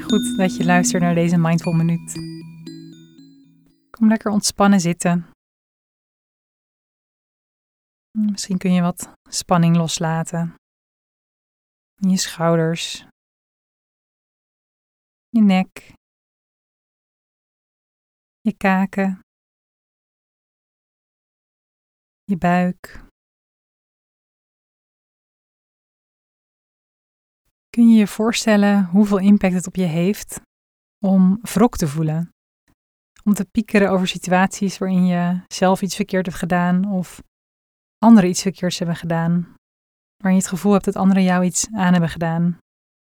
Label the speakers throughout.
Speaker 1: Goed dat je luistert naar deze Mindful Minuut. Kom lekker ontspannen zitten. Misschien kun je wat spanning loslaten. In je schouders. Je nek. Je kaken. Je buik. Kun je je voorstellen hoeveel impact het op je heeft om wrok te voelen? Om te piekeren over situaties waarin je zelf iets verkeerd hebt gedaan of anderen iets verkeerds hebben gedaan. Waarin je het gevoel hebt dat anderen jou iets aan hebben gedaan.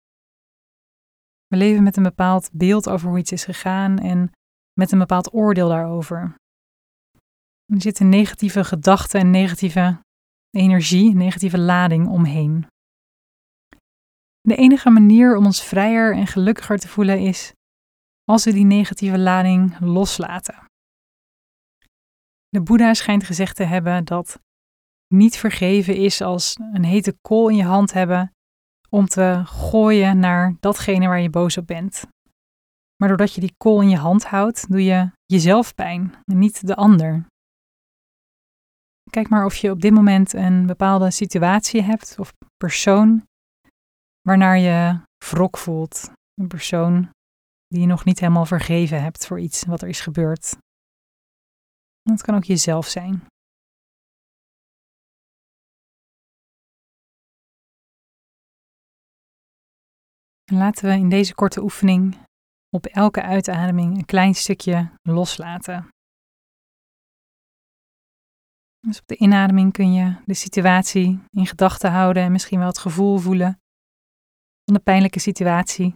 Speaker 1: We leven met een bepaald beeld over hoe iets is gegaan en met een bepaald oordeel daarover. Er zit een negatieve gedachte en negatieve energie, een negatieve lading omheen. De enige manier om ons vrijer en gelukkiger te voelen is als we die negatieve lading loslaten. De Boeddha schijnt gezegd te hebben dat niet vergeven is als een hete kool in je hand hebben om te gooien naar datgene waar je boos op bent. Maar doordat je die kool in je hand houdt, doe je jezelf pijn en niet de ander. Kijk maar of je op dit moment een bepaalde situatie hebt of persoon waarnaar je wrok voelt. Een persoon die je nog niet helemaal vergeven hebt voor iets wat er is gebeurd. Dat kan ook jezelf zijn. En laten we in deze korte oefening op elke uitademing een klein stukje loslaten. Dus op de inademing kun je de situatie in gedachten houden en misschien wel het gevoel voelen van de pijnlijke situatie.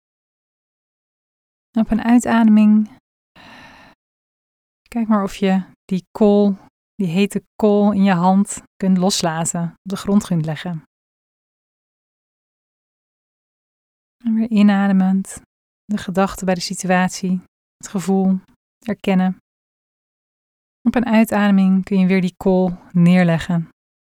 Speaker 1: En op een uitademing, kijk maar of je die hete kool in je hand kunt loslaten, op de grond kunt leggen. En weer inademend, de gedachten bij de situatie, het gevoel erkennen. Op een uitademing kun je weer die kool neerleggen.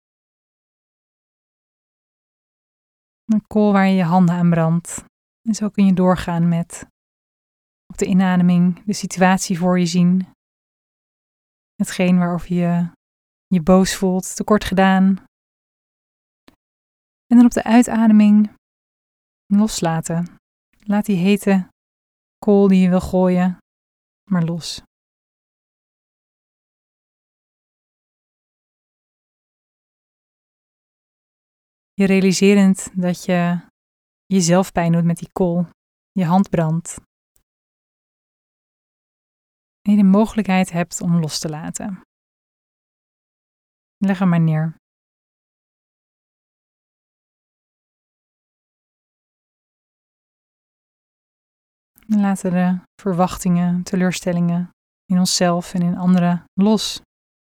Speaker 1: Een kool waar je je handen aan brandt. En zo kun je doorgaan met op de inademing de situatie voor je zien. Hetgeen waarover je je boos voelt, tekort gedaan. En dan op de uitademing loslaten. Laat die hete kool die je wil gooien maar los. Je realiserend dat je jezelf pijn doet met die kool. Je hand brandt. En je de mogelijkheid hebt om los te laten. Leg hem maar neer. En laten de verwachtingen, teleurstellingen in onszelf en in anderen los.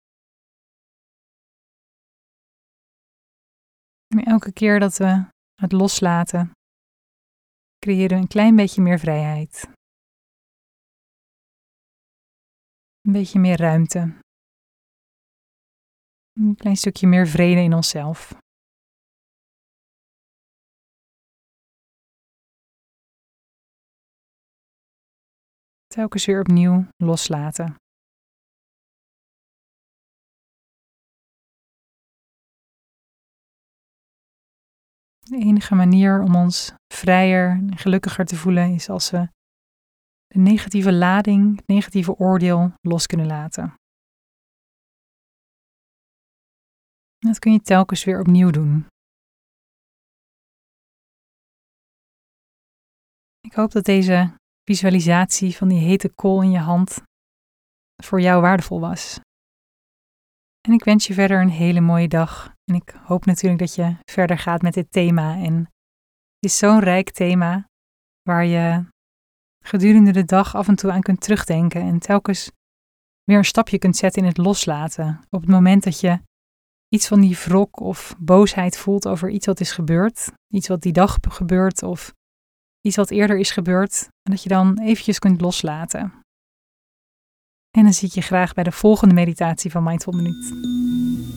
Speaker 1: En elke keer dat we het loslaten, creëren we een klein beetje meer vrijheid. Een beetje meer ruimte. Een klein stukje meer vrede in onszelf. Telkens weer opnieuw loslaten. De enige manier om ons vrijer en gelukkiger te voelen is als we de negatieve lading, het negatieve oordeel los kunnen laten. En dat kun je telkens weer opnieuw doen. Ik hoop dat deze visualisatie van die hete kool in je hand voor jou waardevol was. En ik wens je verder een hele mooie dag. En ik hoop natuurlijk dat je verder gaat met dit thema. En het is zo'n rijk thema waar je gedurende de dag af en toe aan kunt terugdenken. En telkens weer een stapje kunt zetten in het loslaten. Op het moment dat je iets van die wrok of boosheid voelt over iets wat is gebeurd. Iets wat die dag gebeurt of iets wat eerder is gebeurd. En dat je dan eventjes kunt loslaten. En dan zie ik je graag bij de volgende meditatie van Mindful Minuut.